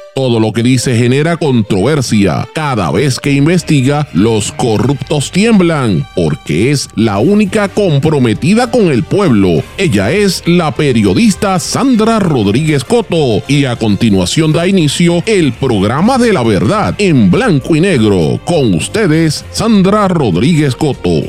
Todo lo que dice genera controversia. Cada vez que investiga, los corruptos tiemblan, porque es la única comprometida con el pueblo. Ella es la periodista Sandra Rodríguez Coto, y a continuación da inicio el programa de la verdad en blanco y negro. Con ustedes, Sandra Rodríguez Coto.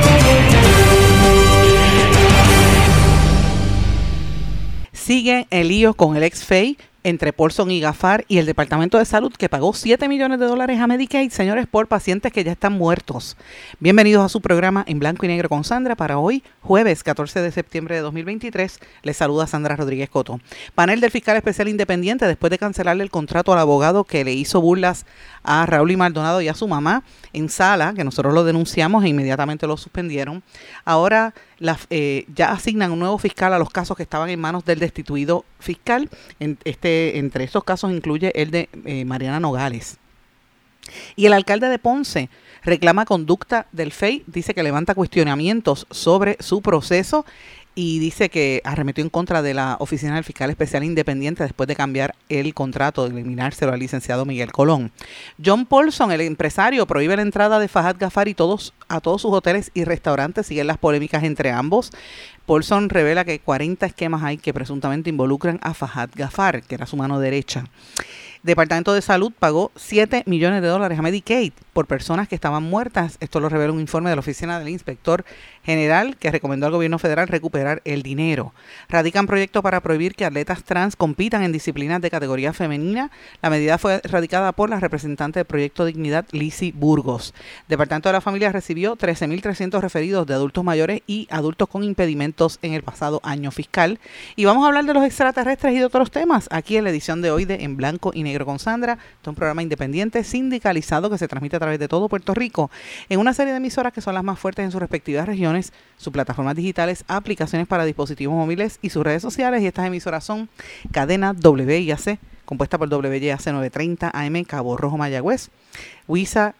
Sigue el lío con el ex-FEI entre Paulson y Gafar y el Departamento de Salud, que pagó $7 millones a Medicaid, señores, por pacientes que ya están muertos. Bienvenidos a su programa en blanco y negro con Sandra para hoy, jueves 14 de septiembre de 2023. Les saluda Sandra Rodríguez Coto. Panel del Fiscal Especial Independiente, después de cancelarle el contrato al abogado que le hizo burlas a Raúl y Maldonado y a su mamá en sala, que nosotros lo denunciamos e inmediatamente lo suspendieron. Ahora ya asignan un nuevo fiscal a los casos que estaban en manos del destituido fiscal. Entre estos casos incluye el de Mariana Nogales. Y el alcalde de Ponce reclama conducta del FEI, dice que levanta cuestionamientos sobre su proceso y dice que arremetió en contra de la oficina del fiscal especial independiente después de cambiar el contrato, de eliminárselo al licenciado Miguel Colón. John Paulson, el empresario, prohíbe la entrada de Fahad Gafar y a todos sus hoteles y restaurantes. Siguen las polémicas entre ambos. Paulson revela que 40 esquemas hay que presuntamente involucran a Fahad Gafar, que era su mano derecha. Departamento de Salud pagó $7 millones a Medicaid por personas que estaban muertas. Esto lo revela un informe de la Oficina del Inspector General, que recomendó al gobierno federal recuperar el dinero. Radican proyecto para prohibir que atletas trans compitan en disciplinas de categoría femenina. La medida fue radicada por la representante del Proyecto Dignidad, Lizy Burgos. Departamento de la Familia recibió 13.300 referidos de adultos mayores y adultos con impedimentos en el pasado año fiscal. Y vamos a hablar de los extraterrestres y de otros temas aquí en la edición de hoy de En Blanco y Negro con Sandra. Este es un programa independiente sindicalizado que se transmite a través de todo Puerto Rico en una serie de emisoras que son las más fuertes en sus respectivas regiones, sus plataformas digitales, aplicaciones para dispositivos móviles y sus redes sociales. Y estas emisoras son Cadena WIAC, compuesta por WIAC 930 AM Cabo Rojo Mayagüez, WISA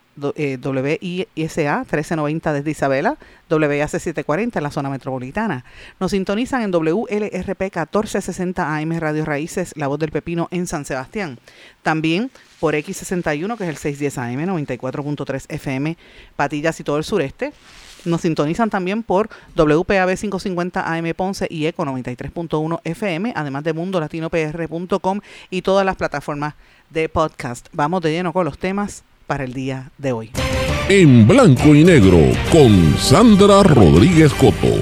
WISA 1390 desde Isabela, WIAC 740 en la zona metropolitana. Nos sintonizan en WLRP 1460 AM Radio Raíces, La Voz del Pepino en San Sebastián. También por X61, que es el 610 AM, 94.3 FM, Patillas y todo el sureste. Nos sintonizan también por WPAB 550 AM Ponce y ECO 93.1 FM, además de mundolatinopr.com y todas las plataformas de podcast. Vamos de lleno con los temas para el día de hoy. En blanco y negro con Sandra Rodríguez Coto.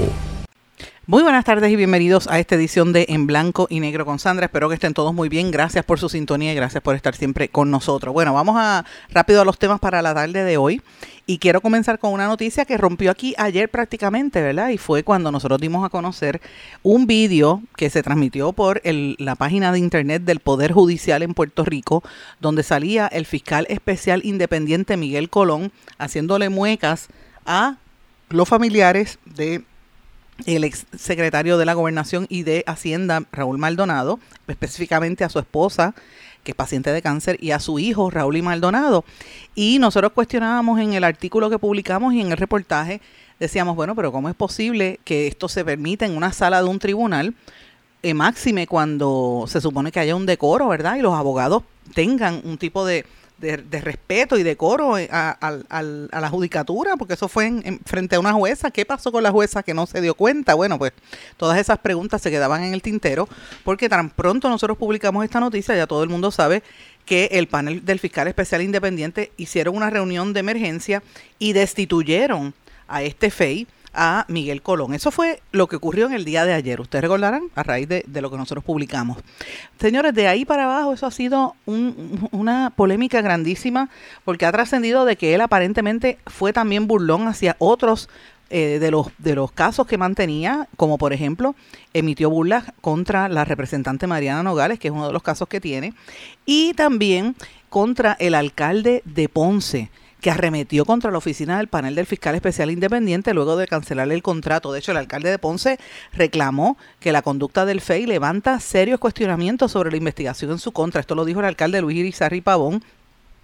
Muy buenas tardes y bienvenidos a esta edición de En Blanco y Negro con Sandra. Espero que estén todos muy bien. Gracias por su sintonía y gracias por estar siempre con nosotros. Bueno, vamos rápido a los temas para la tarde de hoy. Y quiero comenzar con una noticia que rompió aquí ayer prácticamente, ¿verdad? Y fue cuando nosotros dimos a conocer un vídeo que se transmitió por la página de internet del Poder Judicial en Puerto Rico, donde salía el fiscal especial independiente Miguel Colón haciéndole muecas a los familiares de el ex secretario de la Gobernación y de Hacienda, Raúl Maldonado, específicamente a su esposa, que es paciente de cáncer, y a su hijo, Raúl y Maldonado. Y nosotros cuestionábamos en el artículo que publicamos y en el reportaje, decíamos, bueno, pero ¿cómo es posible que esto se permita en una sala de un tribunal, máxime cuando se supone que haya un decoro, ¿verdad? Y los abogados tengan un tipo de respeto y decoro a la judicatura, porque eso fue frente a una jueza. ¿Qué pasó con la jueza que no se dio cuenta? Bueno, pues todas esas preguntas se quedaban en el tintero, porque tan pronto nosotros publicamos esta noticia, ya todo el mundo sabe que el panel del fiscal especial independiente hicieron una reunión de emergencia y destituyeron a este FEI, a Miguel Colón. Eso fue lo que ocurrió en el día de ayer. Ustedes recordarán a raíz de lo que nosotros publicamos. Señores, de ahí para abajo eso ha sido una polémica grandísima, porque ha trascendido de que él aparentemente fue también burlón hacia otros de los casos que mantenía, como por ejemplo emitió burlas contra la representante Mariana Nogales, que es uno de los casos que tiene, y también contra el alcalde de Ponce, que arremetió contra la oficina del panel del fiscal especial independiente luego de cancelarle el contrato. De hecho, el alcalde de Ponce reclamó que la conducta del FEI levanta serios cuestionamientos sobre la investigación en su contra. Esto lo dijo el alcalde Luis Irizarry Pavón,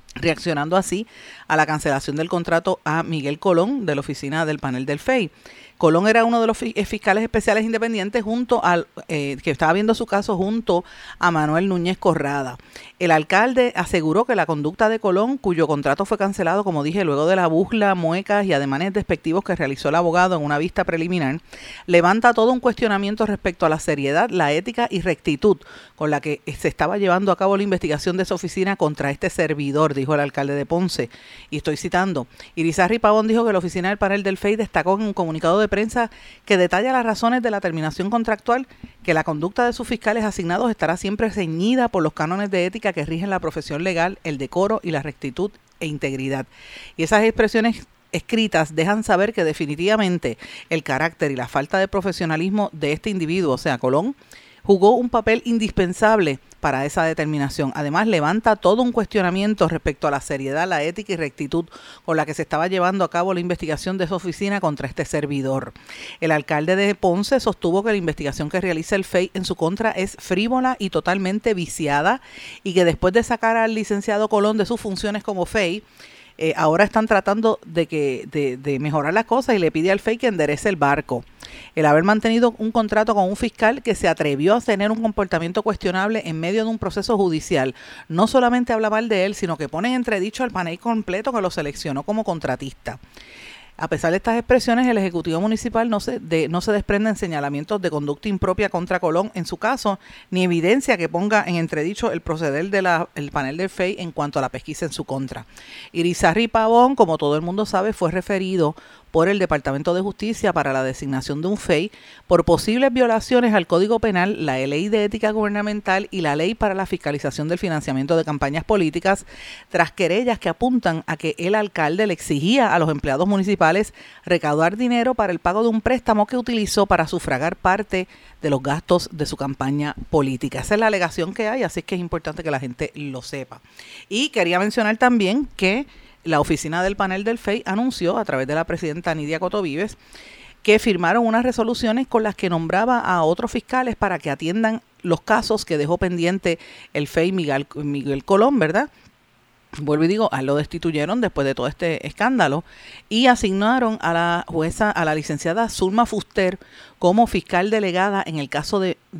reaccionando así a la cancelación del contrato a Miguel Colón de la oficina del panel del FEI. Colón era uno de los fiscales especiales independientes junto al que estaba viendo su caso junto a Manuel Núñez Corrada. El alcalde aseguró que la conducta de Colón, cuyo contrato fue cancelado, como dije, luego de la burla, muecas y ademanes despectivos que realizó el abogado en una vista preliminar, levanta todo un cuestionamiento respecto a la seriedad, la ética y rectitud con la que se estaba llevando a cabo la investigación de su oficina contra este servidor, dijo el alcalde de Ponce. Y estoy citando, Irizarry Pavón dijo que la oficina del panel del FEI destacó en un comunicado de prensa que detalla las razones de la terminación contractual, que la conducta de sus fiscales asignados estará siempre ceñida por los cánones de ética que rigen la profesión legal, el decoro y la rectitud e integridad. Y esas expresiones escritas dejan saber que definitivamente el carácter y la falta de profesionalismo de este individuo, o sea, Colón, jugó un papel indispensable para esa determinación. Además, levanta todo un cuestionamiento respecto a la seriedad, la ética y rectitud con la que se estaba llevando a cabo la investigación de su oficina contra este servidor. El alcalde de Ponce sostuvo que la investigación que realiza el FEI en su contra es frívola y totalmente viciada y que después de sacar al licenciado Colón de sus funciones como FEI, ahora están tratando de mejorar las cosas y le pide al FEI que enderece el barco. El haber mantenido un contrato con un fiscal que se atrevió a tener un comportamiento cuestionable en medio de un proceso judicial, no solamente habla mal de él, sino que pone en entredicho al panel completo que lo seleccionó como contratista. A pesar de estas expresiones, el Ejecutivo Municipal no se desprenden señalamientos de conducta impropia contra Colón en su caso, ni evidencia que ponga en entredicho el proceder del panel del FEI en cuanto a la pesquisa en su contra. Irizarry Pavón, como todo el mundo sabe, fue referido por el Departamento de Justicia para la designación de un FEI por posibles violaciones al Código Penal, la Ley de Ética Gubernamental y la Ley para la Fiscalización del Financiamiento de Campañas Políticas, tras querellas que apuntan a que el alcalde le exigía a los empleados municipales recaudar dinero para el pago de un préstamo que utilizó para sufragar parte de los gastos de su campaña política. Esa es la alegación que hay, así es que es importante que la gente lo sepa. Y quería mencionar también que la oficina del panel del FEI anunció a través de la presidenta Nidia Coto Vives que firmaron unas resoluciones con las que nombraba a otros fiscales para que atiendan los casos que dejó pendiente el FEI Miguel Colón, ¿verdad? Vuelvo y digo, a lo destituyeron después de todo este escándalo y asignaron a la jueza, a la licenciada Zulma Fuster, como fiscal delegada en el caso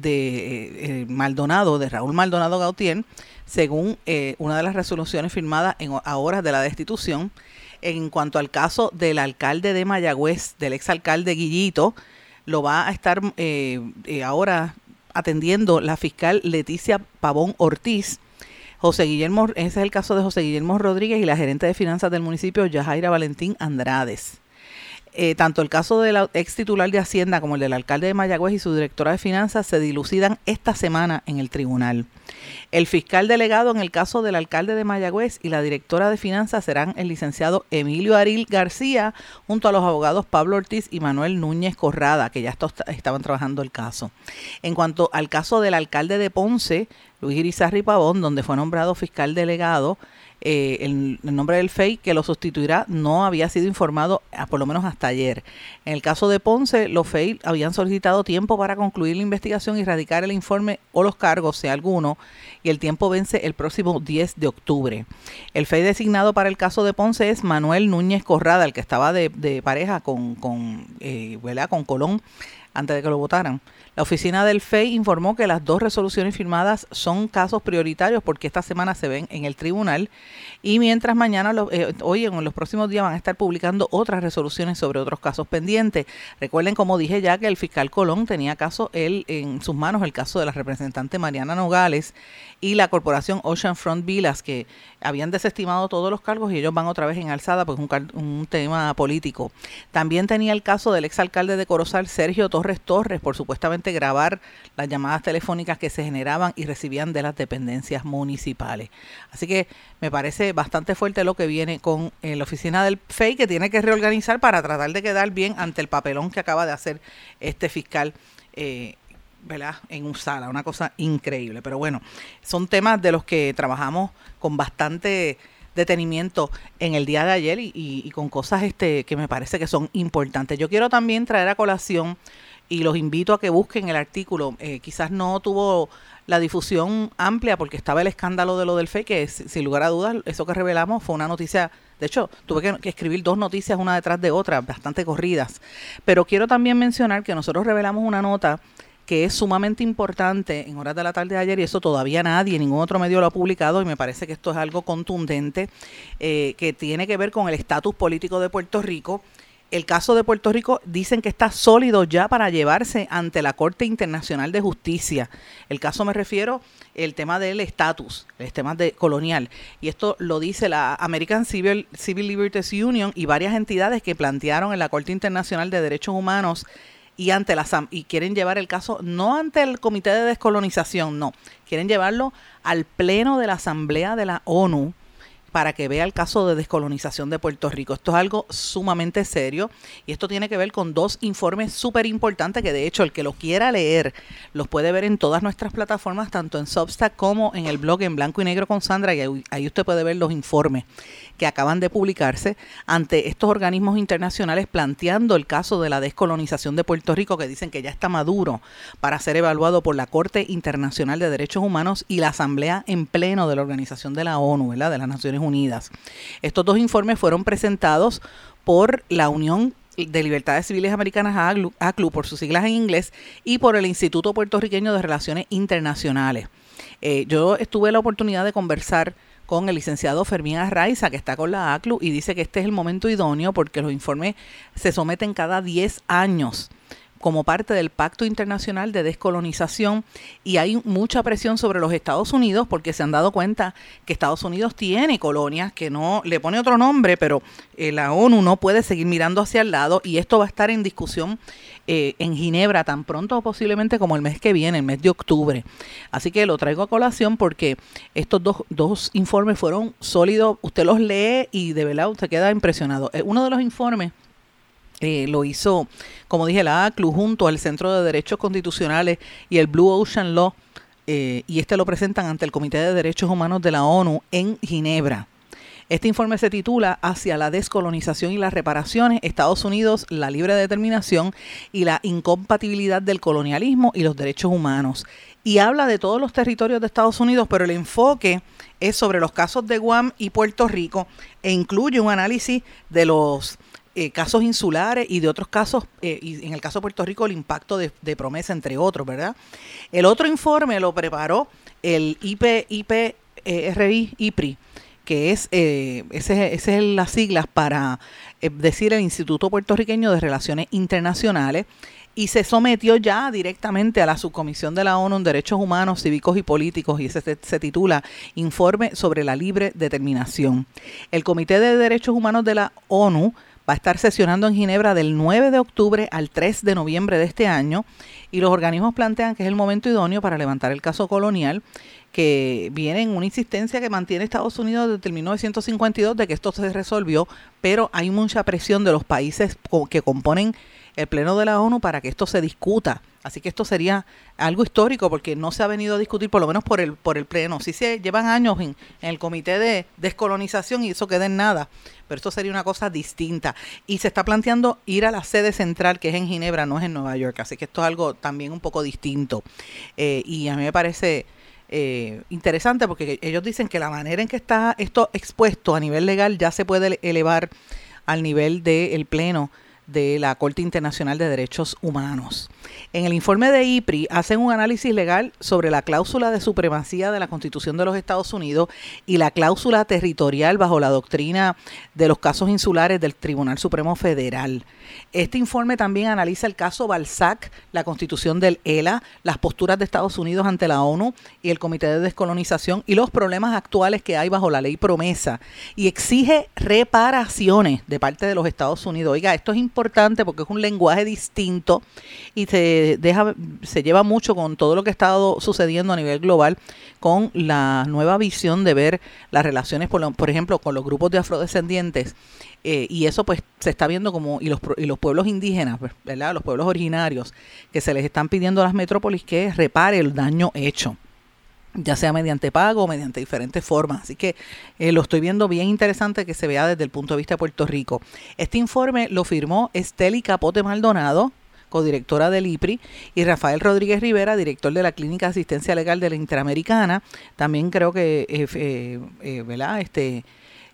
de Maldonado, de Raúl Maldonado Gautier, según una de las resoluciones firmadas a horas de la destitución. En cuanto al caso del alcalde de Mayagüez, del exalcalde Guillito, lo va a estar ahora atendiendo la fiscal Leticia Pavón Ortiz. Ese es el caso de José Guillermo Rodríguez y la gerente de finanzas del municipio, Yajaira Valentín Andrades. Tanto el caso del ex titular de Hacienda como el del alcalde de Mayagüez y su directora de finanzas se dilucidan esta semana en el tribunal. El fiscal delegado en el caso del alcalde de Mayagüez y la directora de finanzas serán el licenciado Emilio Aril García, junto a los abogados Pablo Ortiz y Manuel Núñez Corrada, que ya estaban trabajando el caso. En cuanto al caso del alcalde de Ponce, Luis Irizarry Pavón, donde fue nombrado fiscal delegado, el nombre del FEI que lo sustituirá no había sido informado por lo menos hasta ayer. En el caso de Ponce, los FEI habían solicitado tiempo para concluir la investigación y radicar el informe o los cargos, sea alguno, y el tiempo vence el próximo 10 de octubre. El FEI designado para el caso de Ponce es Manuel Núñez Corrada, el que estaba de pareja con Colón antes de que lo votaran. La oficina del FEI informó que las dos resoluciones firmadas son casos prioritarios porque esta semana se ven en el tribunal y mientras mañana, hoy en los próximos días van a estar publicando otras resoluciones sobre otros casos pendientes. Recuerden, como dije ya, que el fiscal Colón tenía en sus manos el caso de la representante Mariana Nogales y la corporación Oceanfront Villas, que habían desestimado todos los cargos y ellos van otra vez en alzada, pues un tema político. También tenía el caso del exalcalde de Corozal, Sergio Torres, por supuestamente grabar las llamadas telefónicas que se generaban y recibían de las dependencias municipales. Así que me parece bastante fuerte lo que viene con la oficina del FEI, que tiene que reorganizar para tratar de quedar bien ante el papelón que acaba de hacer este fiscal ¿verdad? En Usala, una cosa increíble. Pero bueno, son temas de los que trabajamos con bastante detenimiento en el día de ayer y con cosas que me parece que son importantes. Yo quiero también traer a colación y los invito a que busquen el artículo. Quizás no tuvo la difusión amplia porque estaba el escándalo de lo del FEI, que sin lugar a dudas, eso que revelamos fue una noticia De hecho, tuve que escribir 2 noticias una detrás de otra, bastante corridas. Pero quiero también mencionar que nosotros revelamos una nota que es sumamente importante en horas de la tarde de ayer, y eso todavía nadie, ningún otro medio lo ha publicado, y me parece que esto es algo contundente, que tiene que ver con el estatus político de Puerto Rico. El caso de Puerto Rico dicen que está sólido ya para llevarse ante la Corte Internacional de Justicia. El caso me refiero el tema del estatus, el tema colonial. Y esto lo dice la American Civil Liberties Union y varias entidades que plantearon en la Corte Internacional de Derechos Humanos y quieren llevar el caso no ante el Comité de Descolonización, no, quieren llevarlo al Pleno de la Asamblea de la ONU para que vea el caso de descolonización de Puerto Rico. Esto es algo sumamente serio y esto tiene que ver con 2 informes súper importantes que, de hecho, el que los quiera leer los puede ver en todas nuestras plataformas, tanto en Substack como en el blog En Blanco y Negro con Sandra, y ahí usted puede ver los informes que acaban de publicarse ante estos organismos internacionales planteando el caso de la descolonización de Puerto Rico, que dicen que ya está maduro para ser evaluado por la Corte Internacional de Derechos Humanos y la Asamblea en Pleno de la Organización de la ONU, ¿verdad?, de las Naciones Unidas. Estos 2 informes fueron presentados por la Unión de Libertades Civiles Americanas, ACLU, por sus siglas en inglés, y por el Instituto Puertorriqueño de Relaciones Internacionales. Yo tuve la oportunidad de conversar con el licenciado Fermín Arraiza, que está con la ACLU, y dice que este es el momento idóneo porque los informes se someten cada 10 años como parte del Pacto Internacional de Descolonización, y hay mucha presión sobre los Estados Unidos porque se han dado cuenta que Estados Unidos tiene colonias, que no le pone otro nombre, pero la ONU no puede seguir mirando hacia el lado, y esto va a estar en discusión en Ginebra tan pronto posiblemente como el mes que viene, el mes de octubre. Así que lo traigo a colación porque estos dos informes fueron sólidos. Usted los lee y de verdad usted queda impresionado. Uno de los informes lo hizo, como dije, la ACLU junto al Centro de Derechos Constitucionales y el Blue Ocean Law, y lo presentan ante el Comité de Derechos Humanos de la ONU en Ginebra. Este informe se titula Hacia la descolonización y las reparaciones, Estados Unidos, la libre determinación y la incompatibilidad del colonialismo y los derechos humanos. Y habla de todos los territorios de Estados Unidos, pero el enfoque es sobre los casos de Guam y Puerto Rico, e incluye un análisis de los casos insulares y de otros casos, y en el caso de Puerto Rico el impacto de Promesa, entre otros, ¿verdad? El otro informe lo preparó el IPRI, que ese es las siglas para decir el Instituto Puertorriqueño de Relaciones Internacionales, y se sometió ya directamente a la Subcomisión de la ONU en Derechos Humanos, Cívicos y Políticos, y ese se titula Informe sobre la Libre Determinación. El Comité de Derechos Humanos de la ONU va a estar sesionando en Ginebra del 9 de octubre al 3 de noviembre de este año, y los organismos plantean que es el momento idóneo para levantar el caso colonial, que viene en una insistencia que mantiene Estados Unidos desde el 1952 de que esto se resolvió, pero hay mucha presión de los países que componen el Pleno de la ONU para que esto se discuta. Así que esto sería algo histórico porque no se ha venido a discutir, por lo menos por el Pleno. Sí se llevan años en el Comité de Descolonización y eso queda en nada, pero esto sería una cosa distinta. Y se está planteando ir a la sede central, que es en Ginebra, no es en Nueva York. Así que esto es algo también un poco distinto. Y a mí me parece interesante porque ellos dicen que la manera en que está esto expuesto a nivel legal ya se puede elevar al nivel del Pleno de la Corte Internacional de Derechos Humanos. En el informe de IPRI hacen un análisis legal sobre la cláusula de supremacía de la Constitución de los Estados Unidos y la cláusula territorial bajo la doctrina de los casos insulares del Tribunal Supremo Federal. Este informe también analiza el caso Balzac, la Constitución del ELA, las posturas de Estados Unidos ante la ONU y el Comité de Descolonización y los problemas actuales que hay bajo la ley Promesa, y exige reparaciones de parte de los Estados Unidos. Oiga, esto es importante porque es un lenguaje distinto y se lleva mucho con todo lo que ha estado sucediendo a nivel global, con la nueva visión de ver las relaciones, por ejemplo, con los grupos de afrodescendientes. Y eso pues se está viendo como, y los pueblos indígenas, ¿verdad?, los pueblos originarios, que se les están pidiendo a las metrópolis que repare el daño hecho, ya sea mediante pago o mediante diferentes formas. Así que lo estoy viendo bien interesante que se vea desde el punto de vista de Puerto Rico. Este informe lo firmó Esteli Capote Maldonado, codirectora del IPRI, y Rafael Rodríguez Rivera, director de la Clínica de Asistencia Legal de la Interamericana. También creo que, ¿verdad?,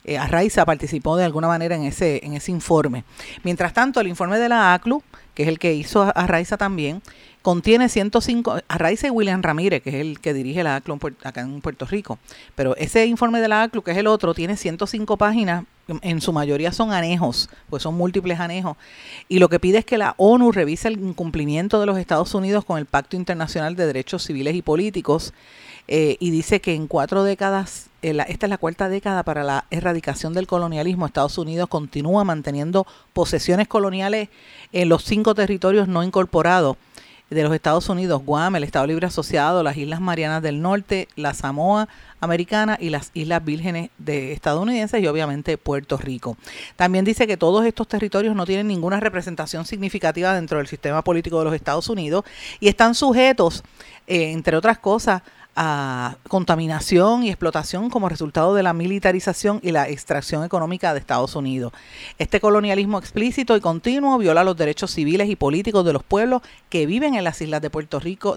Arraiza participó de alguna manera en ese informe. Mientras tanto, el informe de la ACLU, que es el que hizo Arraiza también, contiene 105, Arraiza y William Ramírez, que es el que dirige la ACLU acá en Puerto Rico, pero ese informe de la ACLU, que es el otro, tiene 105 páginas, en su mayoría son anejos, pues son múltiples anejos, y lo que pide es que la ONU revise el incumplimiento de los Estados Unidos con el Pacto Internacional de Derechos Civiles y Políticos, y dice que en 4 décadas, esta es la 4ª década para la erradicación del colonialismo. Estados Unidos continúa manteniendo posesiones coloniales en los 5 territorios no incorporados de los Estados Unidos: Guam, el Estado Libre Asociado, las Islas Marianas del Norte, la Samoa Americana y las Islas Vírgenes estadounidenses y obviamente Puerto Rico. También dice que todos estos territorios no tienen ninguna representación significativa dentro del sistema político de los Estados Unidos y están sujetos, entre otras cosas, a contaminación y explotación como resultado de la militarización y la extracción económica de Estados Unidos. Este colonialismo explícito y continuo viola los derechos civiles y políticos de los pueblos que viven en las islas de Puerto Rico,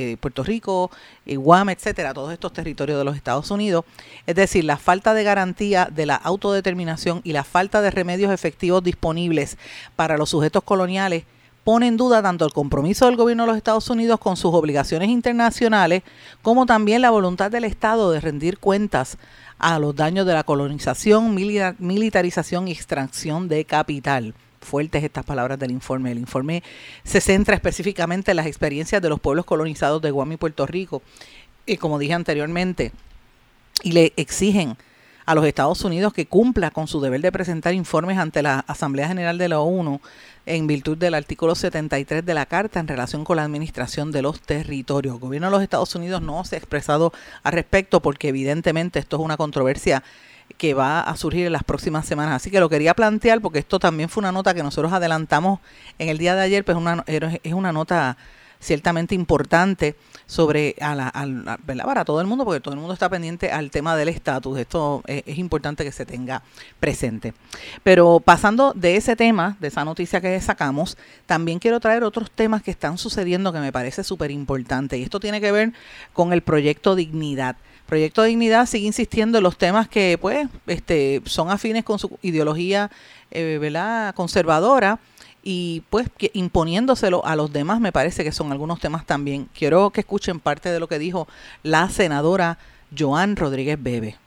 Guam, etcétera, todos estos territorios de los Estados Unidos. Es decir, la falta de garantía de la autodeterminación y la falta de remedios efectivos disponibles para los sujetos coloniales pone en duda tanto el compromiso del gobierno de los Estados Unidos con sus obligaciones internacionales, como también la voluntad del Estado de rendir cuentas a los daños de la colonización, militarización y extracción de capital. Fuertes estas palabras del informe. El informe se centra específicamente en las experiencias de los pueblos colonizados de Guam y Puerto Rico, como dije anteriormente, y le exigen a los Estados Unidos que cumpla con su deber de presentar informes ante la Asamblea General de la ONU en virtud del artículo 73 de la Carta en relación con la administración de los territorios. El gobierno de los Estados Unidos no se ha expresado al respecto porque evidentemente esto es una controversia que va a surgir en las próximas semanas. Así que lo quería plantear porque esto también fue una nota que nosotros adelantamos en el día de ayer, pues es una nota ciertamente importante sobre ¿verdad? Para todo el mundo, porque todo el mundo está pendiente al tema del estatus. Esto es importante que se tenga presente. Pero pasando de ese tema, de esa noticia que sacamos, también quiero traer otros temas que están sucediendo que me parece súper importante. Y esto tiene que ver con el Proyecto Dignidad. Proyecto Dignidad sigue insistiendo en los temas que pues son afines con su ideología ¿verdad? Conservadora, y pues imponiéndoselo a los demás. Me parece que son algunos temas también. Quiero que escuchen parte de lo que dijo la senadora Joan Rodríguez Bebe.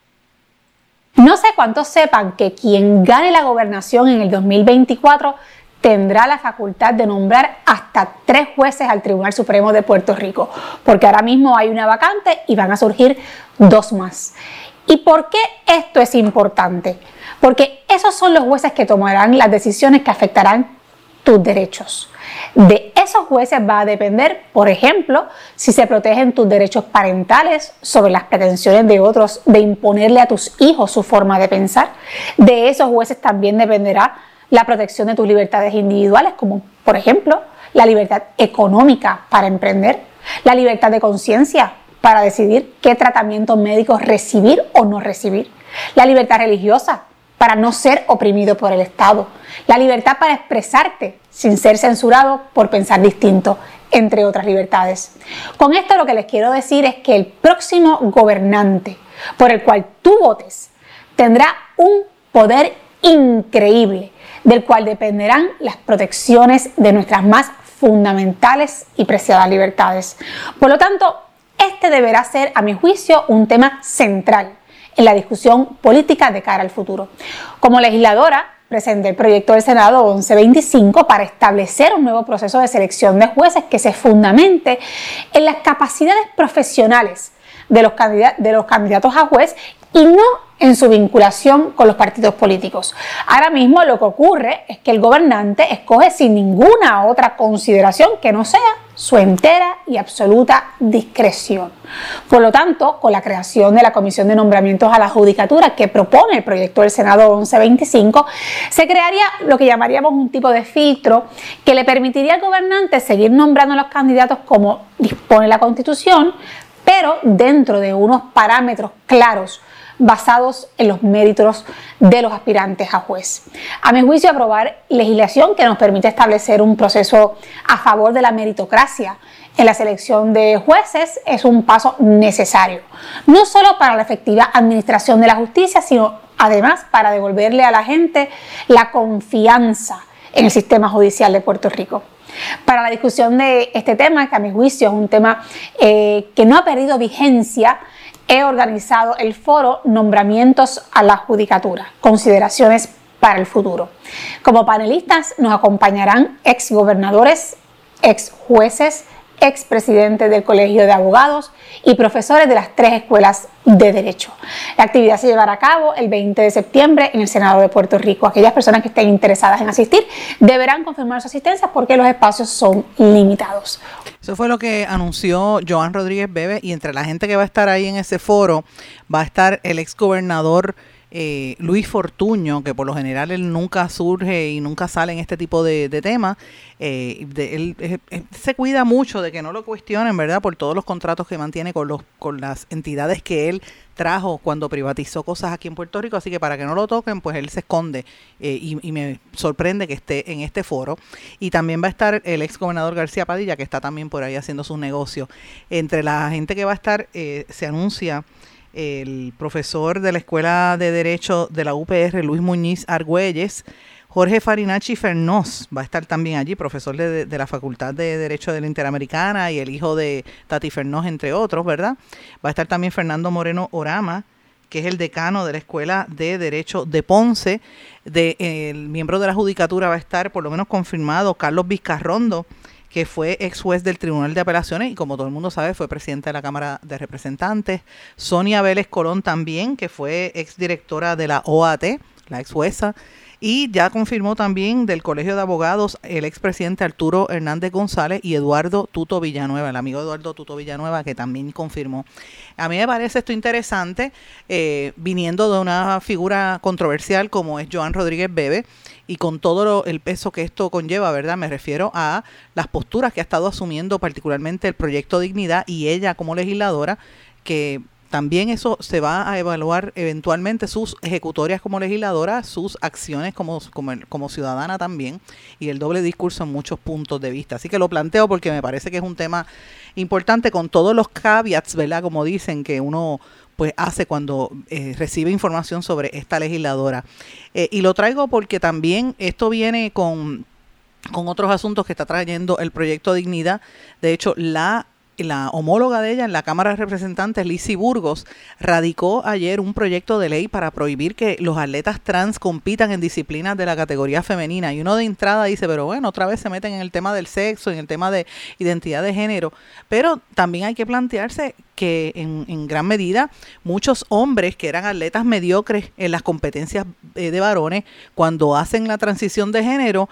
No sé cuántos sepan que quien gane la gobernación en el 2024 tendrá la facultad de nombrar hasta 3 jueces al Tribunal Supremo de Puerto Rico, porque ahora mismo hay una vacante y van a surgir 2 más. ¿Y por qué esto es importante? Porque esos son los jueces que tomarán las decisiones que afectarán tus derechos. De esos jueces va a depender, por ejemplo, si se protegen tus derechos parentales sobre las pretensiones de otros de imponerle a tus hijos su forma de pensar. De esos jueces también dependerá la protección de tus libertades individuales, como por ejemplo la libertad económica para emprender, la libertad de conciencia para decidir qué tratamientos médicos recibir o no recibir, la libertad religiosa para no ser oprimido por el Estado, la libertad para expresarte sin ser censurado por pensar distinto, entre otras libertades. Con esto lo que les quiero decir es que el próximo gobernante por el cual tú votes tendrá un poder increíble, del cual dependerán las protecciones de nuestras más fundamentales y preciadas libertades. Por lo tanto, este deberá ser, a mi juicio, un tema central en la discusión política de cara al futuro. Como legisladora, presenté el proyecto del Senado 1125 para establecer un nuevo proceso de selección de jueces que se fundamente en las capacidades profesionales de los candidatos a juez y no en su vinculación con los partidos políticos. Ahora mismo lo que ocurre es que el gobernante escoge sin ninguna otra consideración que no sea su entera y absoluta discreción. Por lo tanto, con la creación de la Comisión de Nombramientos a la Judicatura que propone el proyecto del Senado 1125, se crearía lo que llamaríamos un tipo de filtro que le permitiría al gobernante seguir nombrando a los candidatos como dispone la Constitución, pero dentro de unos parámetros claros basados en los méritos de los aspirantes a juez. A mi juicio, aprobar legislación que nos permite establecer un proceso a favor de la meritocracia en la selección de jueces es un paso necesario, no solo para la efectiva administración de la justicia, sino además para devolverle a la gente la confianza en el sistema judicial de Puerto Rico. Para la discusión de este tema, que a mi juicio es un tema que no ha perdido vigencia, he organizado el foro Nombramientos a la Judicatura, consideraciones para el futuro. Como panelistas nos acompañarán exgobernadores, exjueces, expresidentes del Colegio de Abogados y profesores de las 3 escuelas de Derecho. La actividad se llevará a cabo el 20 de septiembre en el Senado de Puerto Rico. Aquellas personas que estén interesadas en asistir deberán confirmar su asistencia porque los espacios son limitados. Eso fue lo que anunció Joan Rodríguez Bebe, y entre la gente que va a estar ahí en ese foro va a estar el exgobernador Luis Fortuño, que por lo general él nunca surge y nunca sale en este tipo de temas. Él se cuida mucho de que no lo cuestionen, ¿verdad? Por todos los contratos que mantiene con las entidades que él trajo cuando privatizó cosas aquí en Puerto Rico, así que para que no lo toquen, pues él se esconde y me sorprende que esté en este foro. Y también va a estar el ex gobernador García Padilla, que está también por ahí haciendo sus negocios. Entre la gente que va a estar, se anuncia el profesor de la Escuela de Derecho de la UPR, Luis Muñiz Argüelles. Jorge Farinacci Fernós va a estar también allí, profesor de la Facultad de Derecho de la Interamericana y el hijo de Tati Fernós, entre otros, ¿verdad? Va a estar también Fernando Moreno Orama, que es el decano de la Escuela de Derecho de Ponce. El miembro de la Judicatura va a estar, por lo menos confirmado, Carlos Vizcarrondo, que fue ex juez del Tribunal de Apelaciones y, como todo el mundo sabe, fue presidenta de la Cámara de Representantes. Sonia Vélez Colón también, que fue ex directora de la OAT, la ex jueza. Y ya confirmó también del Colegio de Abogados el expresidente Arturo Hernández González y Eduardo Tuto Villanueva, el amigo Eduardo Tuto Villanueva, que también confirmó. A mí me parece esto interesante, viniendo de una figura controversial como es Joan Rodríguez Bebe, y con todo el peso que esto conlleva, ¿verdad? Me refiero a las posturas que ha estado asumiendo particularmente el Proyecto Dignidad y ella como legisladora, que también eso se va a evaluar eventualmente, sus ejecutorias como legisladora, sus acciones como ciudadana también, y el doble discurso en muchos puntos de vista. Así que lo planteo porque me parece que es un tema importante, con todos los caveats, ¿verdad? Como dicen, que uno pues hace cuando recibe información sobre esta legisladora. Y lo traigo porque también esto viene con otros asuntos que está trayendo el Proyecto Dignidad. De hecho, la homóloga de ella en la Cámara de Representantes, Lizy Burgos, radicó ayer un proyecto de ley para prohibir que los atletas trans compitan en disciplinas de la categoría femenina. Y uno de entrada dice, pero bueno, otra vez se meten en el tema del sexo, en el tema de identidad de género. Pero también hay que plantearse que en gran medida muchos hombres que eran atletas mediocres en las competencias de varones, cuando hacen la transición de género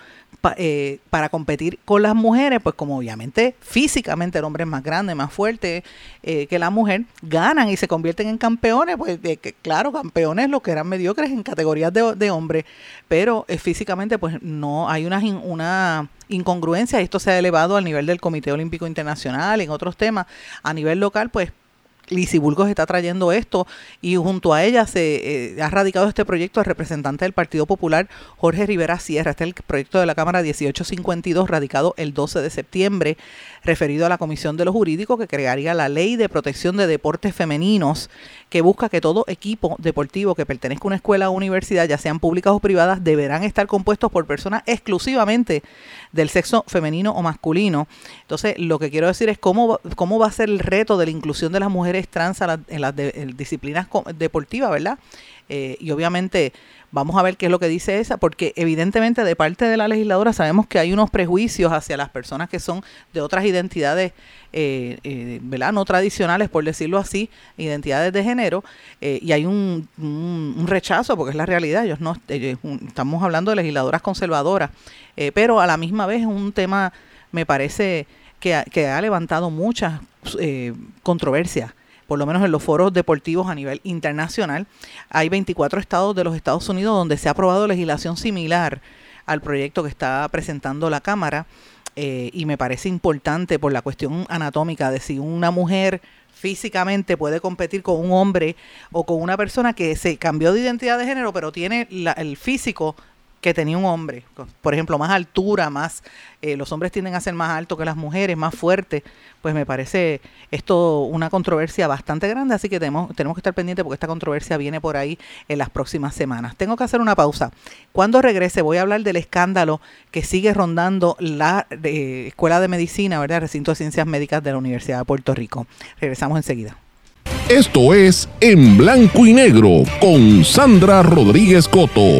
para competir con las mujeres, pues como obviamente físicamente el hombre es más grande, más fuerte que la mujer, ganan y se convierten en campeones, pues claro, campeones los que eran mediocres en categorías de hombres, pero físicamente pues no hay una incongruencia. Esto se ha elevado al nivel del Comité Olímpico Internacional, en otros temas. A nivel local, pues Lizy Burgos está trayendo esto, y junto a ella se ha radicado este proyecto el representante del Partido Popular, Jorge Rivera Sierra. Este es el proyecto de la Cámara 1852, radicado el 12 de septiembre, referido a la Comisión de lo Jurídico, que crearía la Ley de Protección de Deportes Femeninos, que busca que todo equipo deportivo que pertenezca a una escuela o universidad, ya sean públicas o privadas, deberán estar compuestos por personas exclusivamente del sexo femenino o masculino. Entonces, lo que quiero decir es cómo va a ser el reto de la inclusión de las mujeres trans en las disciplinas deportivas, ¿verdad? Y obviamente vamos a ver qué es lo que dice esa, porque evidentemente de parte de la legisladora sabemos que hay unos prejuicios hacia las personas que son de otras identidades, ¿verdad? No tradicionales, por decirlo así, identidades de género, y hay un rechazo, porque es la realidad. Estamos hablando de legisladoras conservadoras, pero a la misma vez es un tema, me parece, que ha levantado muchas controversias, por lo menos en los foros deportivos a nivel internacional. Hay 24 estados de los Estados Unidos donde se ha aprobado legislación similar al proyecto que está presentando la Cámara, y me parece importante por la cuestión anatómica de si una mujer físicamente puede competir con un hombre o con una persona que se cambió de identidad de género pero tiene el físico que tenía un hombre. Por ejemplo, más altura, más los hombres tienden a ser más altos que las mujeres, más fuertes. Pues me parece esto una controversia bastante grande, así que tenemos que estar pendientes porque esta controversia viene por ahí en las próximas semanas. Tengo que hacer una pausa. Cuando regrese voy a hablar del escándalo que sigue rondando la Escuela de Medicina, ¿verdad? Recinto de Ciencias Médicas de la Universidad de Puerto Rico. Regresamos enseguida. Esto es En Blanco y Negro con Sandra Rodríguez Coto.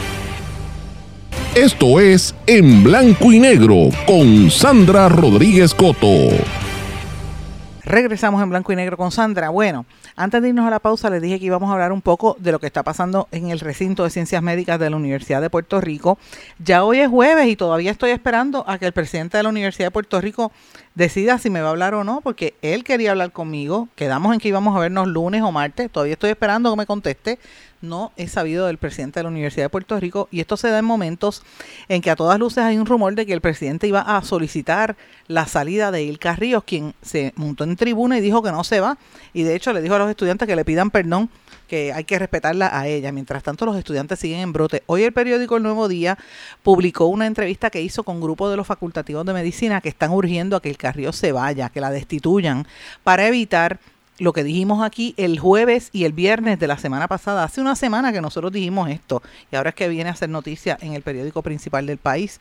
Esto es En Blanco y Negro con Sandra Rodríguez Coto. Regresamos en Blanco y Negro con Sandra. Bueno, antes de irnos a la pausa les dije que íbamos a hablar un poco de lo que está pasando en el recinto de Ciencias Médicas de la Universidad de Puerto Rico. Ya hoy es jueves y todavía estoy esperando a que el presidente de la Universidad de Puerto Rico decida si me va a hablar o no, porque él quería hablar conmigo. Quedamos en que íbamos a vernos lunes o martes. Todavía estoy esperando que me conteste. No he sabido del presidente de la Universidad de Puerto Rico y esto se da en momentos en que a todas luces hay un rumor de que el presidente iba a solicitar la salida de Ilka Ríos, quien se montó en tribuna y dijo que no se va, y de hecho le dijo a los estudiantes que le pidan perdón, que hay que respetarla a ella. Mientras tanto, los estudiantes siguen en brote. Hoy el periódico El Nuevo Día publicó una entrevista que hizo con un grupo de los facultativos de medicina que están urgiendo a que Ilka Ríos se vaya, que la destituyan, para evitar lo que dijimos aquí el jueves y el viernes de la semana pasada. Hace una semana que nosotros dijimos esto, y ahora es que viene a ser noticia en el periódico principal del país,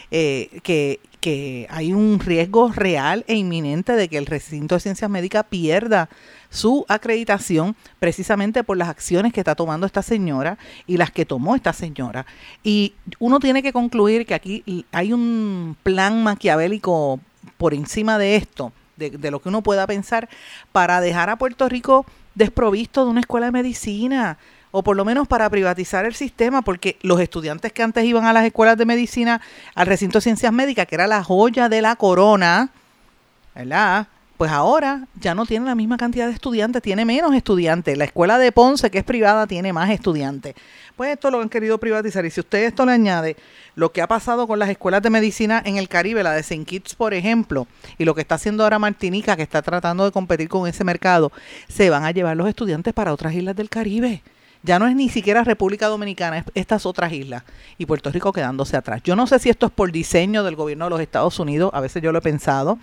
que hay un riesgo real e inminente de que el recinto de ciencias médicas pierda su acreditación precisamente por las acciones que está tomando esta señora y las que tomó esta señora. Y uno tiene que concluir que aquí hay un plan maquiavélico por encima de esto, de lo que uno pueda pensar, para dejar a Puerto Rico desprovisto de una escuela de medicina, o por lo menos para privatizar el sistema, porque los estudiantes que antes iban a las escuelas de medicina, al recinto de ciencias médicas, que era la joya de la corona, ¿verdad?, pues ahora ya no tiene la misma cantidad de estudiantes, tiene menos estudiantes. La escuela de Ponce, que es privada, tiene más estudiantes. Pues esto lo han querido privatizar. Y si usted esto le añade lo que ha pasado con las escuelas de medicina en el Caribe, la de St. Kitts, por ejemplo, y lo que está haciendo ahora Martinica, que está tratando de competir con ese mercado, se van a llevar los estudiantes para otras islas del Caribe. Ya no es ni siquiera República Dominicana, es estas otras islas, y Puerto Rico quedándose atrás. Yo no sé si esto es por diseño del gobierno de los Estados Unidos, a veces yo lo he pensado,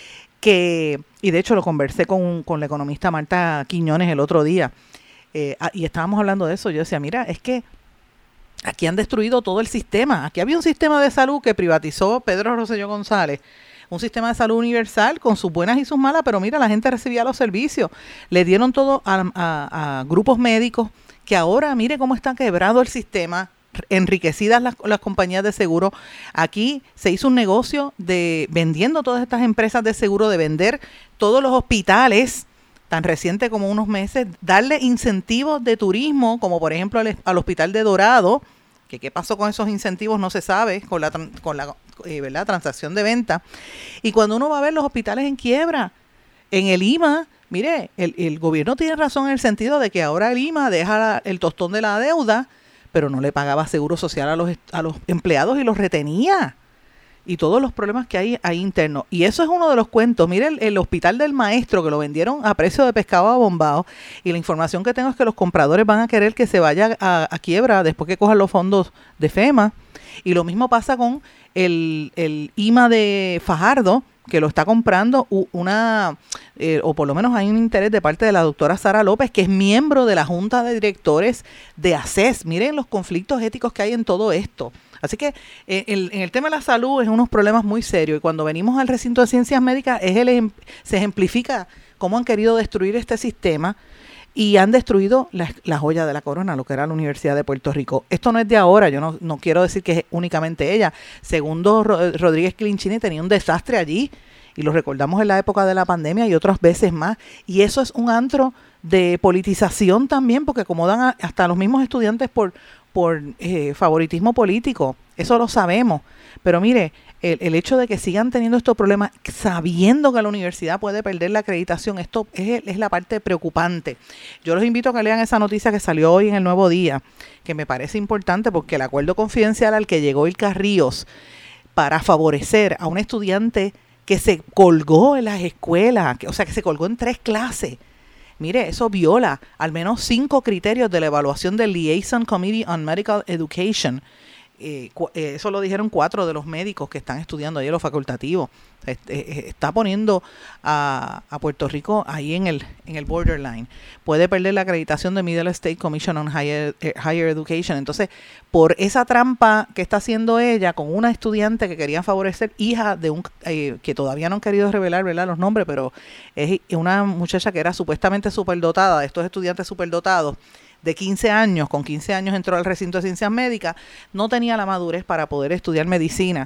y de hecho lo conversé con la economista Marta Quiñones el otro día, y estábamos hablando de eso. Yo decía, mira, es que aquí han destruido todo el sistema. Aquí había un sistema de salud que privatizó Pedro Rosselló González, un sistema de salud universal con sus buenas y sus malas, pero mira, la gente recibía los servicios, le dieron todo a grupos médicos, que ahora mire cómo está quebrado el sistema, enriquecidas las compañías de seguro. Aquí se hizo un negocio de vendiendo todas estas empresas de seguro, de vender todos los hospitales, tan reciente como unos meses, darle incentivos de turismo, como por ejemplo al Hospital de Dorado, que qué pasó con esos incentivos no se sabe, con la ¿verdad?, transacción de venta. Y cuando uno va a ver los hospitales en quiebra, en el IMA, mire, el gobierno tiene razón en el sentido de que ahora el IMA deja el tostón de la deuda, pero no le pagaba seguro social a los empleados y los retenía. Y todos los problemas que hay ahí internos. Y eso es uno de los cuentos. Mire, el Hospital del Maestro, que lo vendieron a precio de pescado abombado, y la información que tengo es que los compradores van a querer que se vaya a quiebra después que cojan los fondos de FEMA. Y lo mismo pasa con el IMA de Fajardo, que lo está comprando o por lo menos hay un interés de parte de la doctora Sara López, que es miembro de la Junta de Directores de ACES. Miren los conflictos éticos que hay en todo esto. Así que en el tema de la salud es unos problemas muy serios, y cuando venimos al recinto de ciencias médicas se ejemplifica cómo han querido destruir este sistema y han destruido la joya de la corona, lo que era la Universidad de Puerto Rico. Esto no es de ahora, yo no quiero decir que es únicamente ella. Segundo Rodríguez Clinchini tenía un desastre allí, y lo recordamos en la época de la pandemia y otras veces más, y eso es un antro de politización también, porque acomodan hasta a los mismos estudiantes por favoritismo político. Eso lo sabemos. Pero mire, el hecho de que sigan teniendo estos problemas, sabiendo que la universidad puede perder la acreditación, esto es la parte preocupante. Yo los invito a que lean esa noticia que salió hoy en El Nuevo Día, que me parece importante, porque el acuerdo confidencial al que llegó Ilka Ríos para favorecer a un estudiante que se colgó en las escuelas, que se colgó en 3 clases. Mire, eso viola al menos 5 criterios de la evaluación del Liaison Committee on Medical Education, Eso lo dijeron 4 de los médicos que están estudiando ahí en los facultativos. Está poniendo a Puerto Rico ahí en el borderline. Puede perder la acreditación de Middle State Commission on Higher Education. Entonces, por esa trampa que está haciendo ella con una estudiante que querían favorecer, hija de un que todavía no han querido revelar, ¿verdad?, los nombres, pero es una muchacha que era supuestamente superdotada, de estos estudiantes superdotados, de 15 años, con 15 años entró al recinto de ciencias médicas, no tenía la madurez para poder estudiar medicina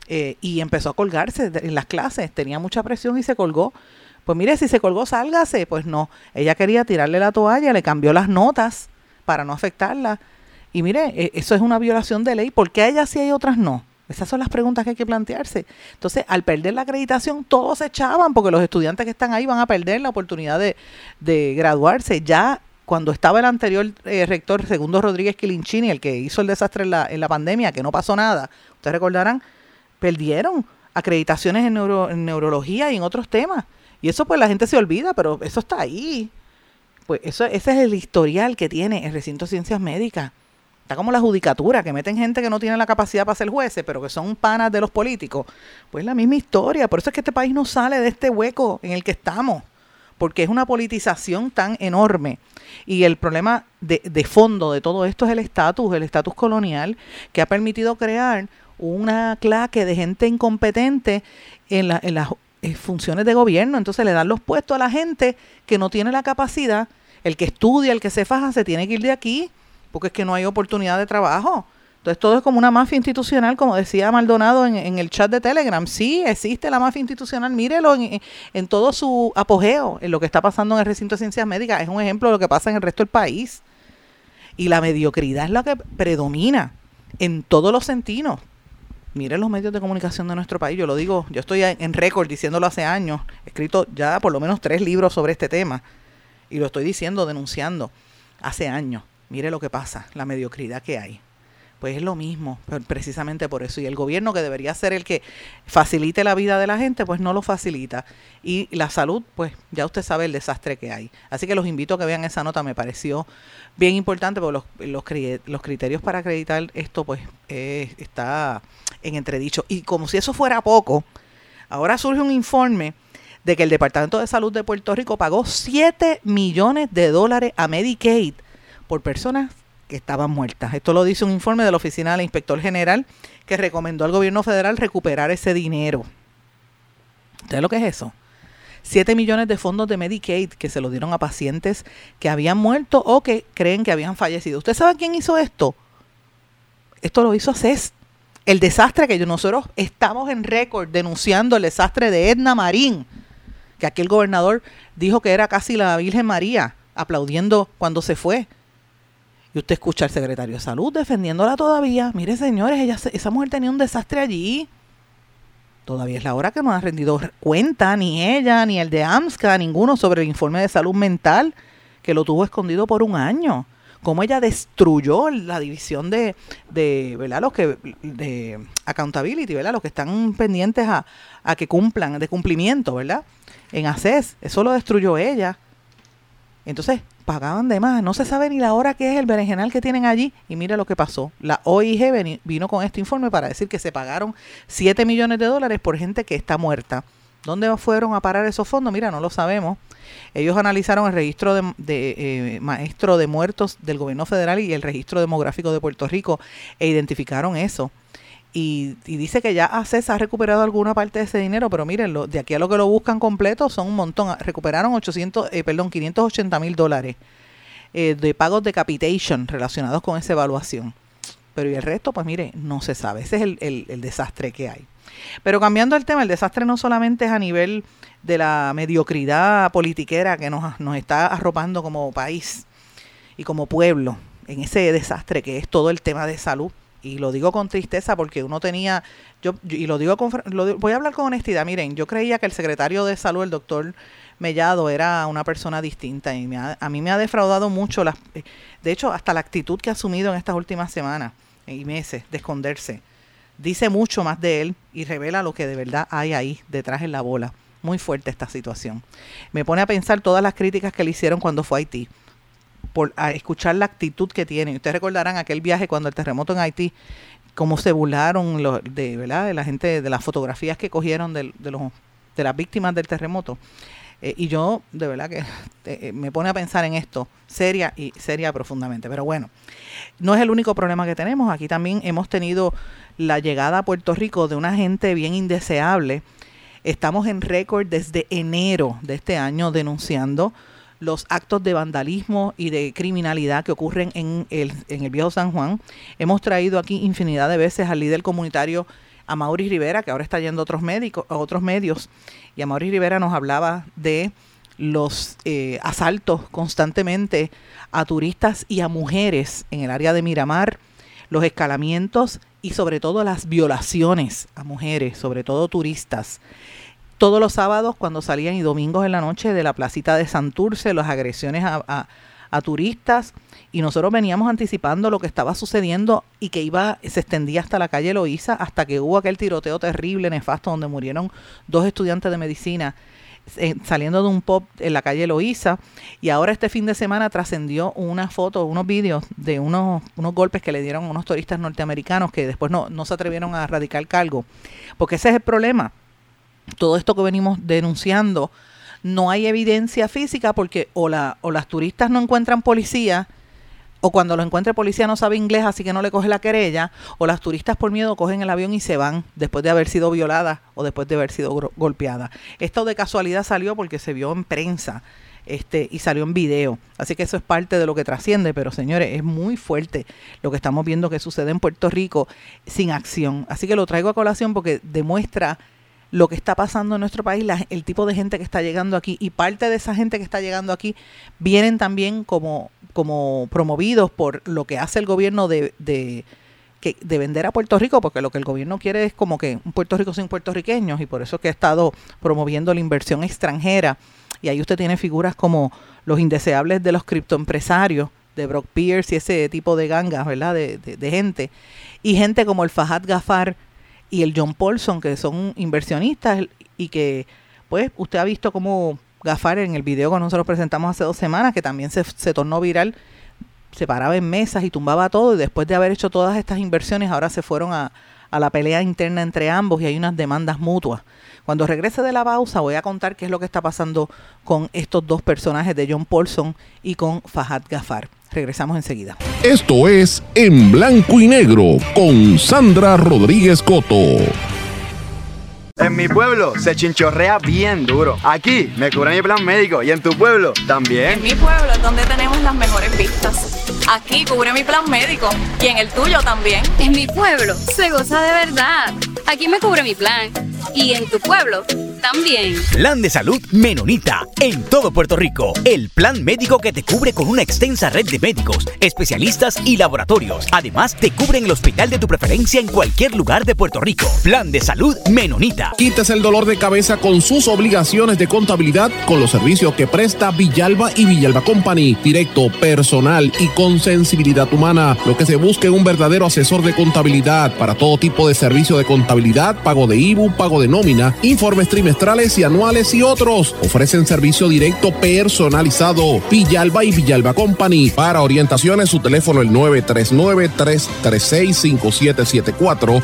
y empezó a colgarse en las clases, tenía mucha presión y se colgó. Pues mire, si se colgó, sálgase. Pues no, ella quería tirarle la toalla, le cambió las notas para no afectarla. Y mire, eso es una violación de ley. ¿Por qué a ella sí y otras no? Esas son las preguntas que hay que plantearse. Entonces, al perder la acreditación, todos se echaban porque los estudiantes que están ahí van a perder la oportunidad de graduarse. Ya cuando estaba el anterior rector, Segundo Rodríguez Quilinchini, el que hizo el desastre en la pandemia, que no pasó nada, ustedes recordarán, perdieron acreditaciones en neurología y en otros temas. Y eso pues la gente se olvida, pero eso está ahí. Pues ese es el historial que tiene el recinto de ciencias médicas. Está como la judicatura, que meten gente que no tiene la capacidad para ser jueces, pero que son panas de los políticos. Pues la misma historia. Por eso es que este país no sale de este hueco en el que estamos, porque es una politización tan enorme. Y el problema de fondo de todo esto es el estatus colonial, que ha permitido crear una claque de gente incompetente en las funciones de gobierno. Entonces le dan los puestos a la gente que no tiene la capacidad. El que estudia, el que se faja, se tiene que ir de aquí, porque es que no hay oportunidad de trabajo. Entonces todo es como una mafia institucional, como decía Maldonado en el chat de Telegram. Sí, existe la mafia institucional, mírelo en todo su apogeo, en lo que está pasando en el recinto de ciencias médicas. Es un ejemplo de lo que pasa en el resto del país. Y la mediocridad es la que predomina en todos los sentidos. Miren los medios de comunicación de nuestro país. Yo lo digo, yo estoy en récord diciéndolo hace años. He escrito ya por lo menos 3 libros sobre este tema. Y lo estoy diciendo, denunciando hace años. Mire lo que pasa, la mediocridad que hay. Pues es lo mismo, precisamente por eso. Y el gobierno, que debería ser el que facilite la vida de la gente, pues no lo facilita. Y la salud, pues ya usted sabe el desastre que hay. Así que los invito a que vean esa nota, me pareció bien importante, porque los criterios para acreditar esto, pues está en entredicho. Y como si eso fuera poco, ahora surge un informe de que el Departamento de Salud de Puerto Rico pagó $7 millones a Medicaid por personas que estaban muertas. Esto lo dice un informe de la Oficina del Inspector General, que recomendó al gobierno federal recuperar ese dinero. ¿Ustedes lo que es eso? 7 millones de fondos de Medicaid que se lo dieron a pacientes que habían muerto o que creen que habían fallecido. ¿Usted sabe quién hizo esto? Esto lo hizo ACES. El desastre que nosotros estamos en récord denunciando, el desastre de Edna Marín, que aquí el gobernador dijo que era casi la Virgen María, aplaudiendo cuando se fue. Y usted escucha al secretario de Salud defendiéndola todavía. Mire, señores, esa mujer tenía un desastre allí. Todavía es la hora que no ha rendido cuenta, ni ella, ni el de AMSCA, ninguno, sobre el informe de salud mental, que lo tuvo escondido por un año. Cómo ella destruyó la división de ¿verdad?, los que de accountability, ¿verdad?, los que están pendientes a que cumplan, de cumplimiento, ¿verdad?, en ACES. Eso lo destruyó ella. Entonces, pagaban de más. No se sabe ni la hora que es el berenjenal que tienen allí. Y mire lo que pasó. La OIG vino con este informe para decir que se pagaron $7 millones por gente que está muerta. ¿Dónde fueron a parar esos fondos? Mira, no lo sabemos. Ellos analizaron el registro de maestro de muertos del gobierno federal y el registro demográfico de Puerto Rico e identificaron eso. Y dice que ya ACES ha recuperado alguna parte de ese dinero, pero mírenlo, de aquí a lo que lo buscan completo son un montón. Recuperaron $580,000 de pagos de capitation relacionados con esa evaluación. Pero y el resto, pues mire, no se sabe. Ese es el desastre que hay. Pero cambiando el tema, el desastre no solamente es a nivel de la mediocridad politiquera que nos está arropando como país y como pueblo en ese desastre que es todo el tema de salud. Y lo digo con tristeza porque uno tenía, voy a hablar con honestidad. Miren, yo creía que el secretario de Salud, el doctor Mellado, era una persona distinta y a mí me ha defraudado mucho, de hecho, hasta la actitud que ha asumido en estas últimas semanas y meses de esconderse. Dice mucho más de él y revela lo que de verdad hay ahí detrás en la bola. Muy fuerte esta situación. Me pone a pensar todas las críticas que le hicieron cuando fue a Haití, a escuchar la actitud que tiene. Ustedes recordarán aquel viaje cuando el terremoto en Haití, cómo se burlaron ¿verdad? De la gente, de las fotografías que cogieron de las víctimas del terremoto. Y yo, de verdad que me pone a pensar en esto, seria profundamente. Pero bueno, no es el único problema que tenemos. Aquí también hemos tenido la llegada a Puerto Rico de una gente bien indeseable. Estamos en récord desde enero de este año denunciando los actos de vandalismo y de criminalidad que ocurren en el Viejo San Juan. Hemos traído aquí infinidad de veces al líder comunitario Amaury Rivera, que ahora está yendo a otros medios, y Amaury Rivera nos hablaba de los asaltos constantemente a turistas y a mujeres en el área de Miramar, los escalamientos y sobre todo las violaciones a mujeres, sobre todo turistas. Todos los sábados cuando salían y domingos en la noche de la placita de Santurce, las agresiones a turistas, y nosotros veníamos anticipando lo que estaba sucediendo y que se extendía hasta la calle Loíza, hasta que hubo aquel tiroteo terrible, nefasto, donde murieron 2 estudiantes de medicina saliendo de un pub en la calle Loíza. Y ahora este fin de semana trascendió una foto, unos vídeos de unos golpes que le dieron a unos turistas norteamericanos que después no se atrevieron a radicar cargo, porque ese es el problema. Todo esto que venimos denunciando, no hay evidencia física porque o las turistas no encuentran policía, o cuando lo encuentre policía no sabe inglés, así que no le coge la querella, o las turistas por miedo cogen el avión y se van después de haber sido violadas o después de haber sido golpeadas. Esto de casualidad salió porque se vio en prensa y salió en video, así que eso es parte de lo que trasciende, pero señores, es muy fuerte lo que estamos viendo que sucede en Puerto Rico sin acción. Así que lo traigo a colación porque demuestra lo que está pasando en nuestro país, el tipo de gente que está llegando aquí, y parte de esa gente que está llegando aquí vienen también como promovidos por lo que hace el gobierno de vender a Puerto Rico, porque lo que el gobierno quiere es como que un Puerto Rico sin puertorriqueños, y por eso es que ha estado promoviendo la inversión extranjera. Y ahí usted tiene figuras como los indeseables de los criptoempresarios, de Brock Pierce y ese tipo de gangas, ¿verdad? De gente, y gente como el Fahad Ghaffar y el John Paulson, que son inversionistas, y que pues usted ha visto cómo Ghaffar en el video que nosotros presentamos hace 2 semanas, que también se tornó viral, se paraba en mesas y tumbaba todo, y después de haber hecho todas estas inversiones ahora se fueron a la pelea interna entre ambos y hay unas demandas mutuas. Cuando regrese de la pausa voy a contar qué es lo que está pasando con estos 2 personajes de John Paulson y con Fahad Ghaffar. Regresamos enseguida. Esto es En Blanco y Negro con Sandra Rodríguez Coto. En mi pueblo se chinchorrea bien duro. Aquí me cubre mi plan médico y en tu pueblo también. En mi pueblo es donde tenemos las mejores vistas. Aquí cubre mi plan médico y en el tuyo también. En mi pueblo se goza de verdad. Aquí me cubre mi plan y en tu pueblo también. Plan de Salud Menonita en todo Puerto Rico. El plan médico que te cubre con una extensa red de médicos, especialistas y laboratorios. Además, te cubren el hospital de tu preferencia en cualquier lugar de Puerto Rico. Plan de Salud Menonita. Quítese el dolor de cabeza con sus obligaciones de contabilidad con los servicios que presta Villalba y Villalba Company. Directo, personal y con sensibilidad humana. Lo que se busca es un verdadero asesor de contabilidad para todo tipo de servicio de contabilidad, pago de IBU, pago de nómina, informes trimestrales y anuales y otros. Ofrecen servicio directo personalizado. Villalba y Villalba Company. Para orientaciones, su teléfono el 939-336-5774.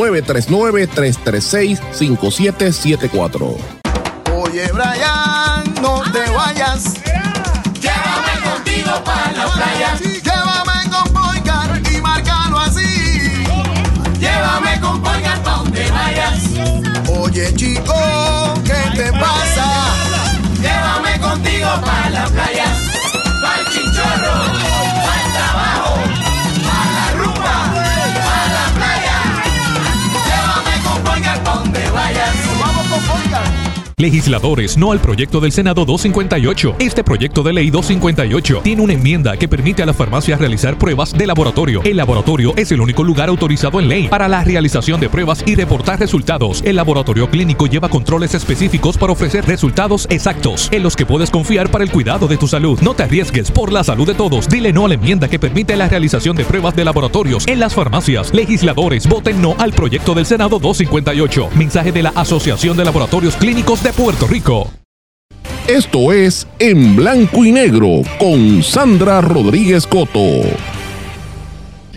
939-336-5774. Oye, Brian, no te vayas. Llévame contigo para la playa. Llévame con Poincar y márcalo así. Llévame con Poincar pa' donde vayas. Oye, chico, ¿qué te pasa? Llévame contigo para la playa. Pa'l chinchorro, pa'l trabajo, pa' la rumba, pa' la playa. Llévame con Poincar pa' donde vayas. Vamos con Poincar. Legisladores, no al proyecto del Senado 258. Este proyecto de ley 258 tiene una enmienda que permite a las farmacias realizar pruebas de laboratorio. El laboratorio es el único lugar autorizado en ley para la realización de pruebas y reportar resultados. El laboratorio clínico lleva controles específicos para ofrecer resultados exactos, en los que puedes confiar para el cuidado de tu salud. No te arriesgues por la salud de todos. Dile no a la enmienda que permite la realización de pruebas de laboratorios en las farmacias. Legisladores, voten no al proyecto del Senado 258. Mensaje de la Asociación de Laboratorios Clínicos de Puerto Rico. Esto es En Blanco y Negro con Sandra Rodríguez Coto.